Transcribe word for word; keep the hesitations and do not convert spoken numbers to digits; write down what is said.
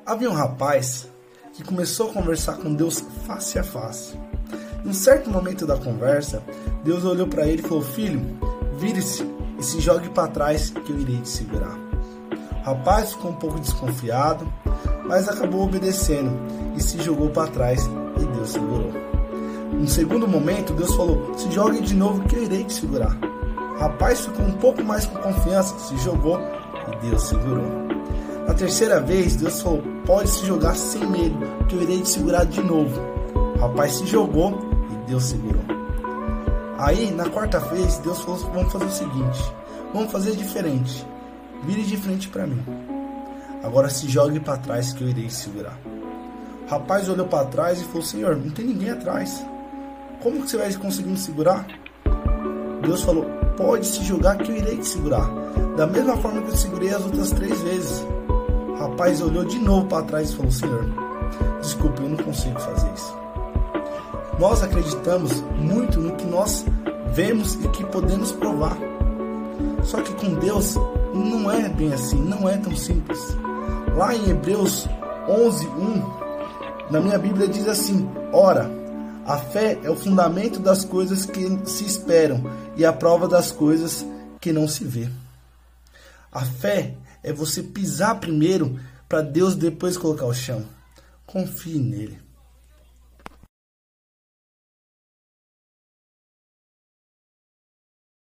Havia um rapaz que começou a conversar com Deus face a face. Em um certo momento da conversa, Deus olhou para ele e falou: filho, vire-se e se jogue para trás que eu irei te segurar. O rapaz ficou um pouco desconfiado, mas acabou obedecendo e se jogou para trás e Deus segurou. No segundo momento, Deus falou: se jogue de novo que eu irei te segurar. O rapaz ficou um pouco mais com confiança, se jogou e Deus segurou. Na terceira vez, Deus falou: pode se jogar sem medo, que eu irei te segurar de novo. O rapaz se jogou e Deus segurou. Aí, na quarta vez, Deus falou: vamos fazer o seguinte, vamos fazer diferente. Vire de frente para mim. Agora se jogue para trás que eu irei te segurar. O rapaz olhou para trás e falou: Senhor, não tem ninguém atrás. Como que você vai conseguir me segurar? Deus falou: pode se jogar que eu irei te segurar. Da mesma forma que eu segurei as outras três vezes. O rapaz olhou de novo para trás e falou: Senhor, desculpe, eu não consigo fazer isso. Nós acreditamos muito no que nós vemos e que podemos provar. Só que com Deus não é bem assim, não é tão simples. Lá em Hebreus onze, um, na minha Bíblia diz assim: ora, a fé é o fundamento das coisas que se esperam e a prova das coisas que não se vê. A fé é você pisar primeiro para Deus depois colocar o chão. Confie nele.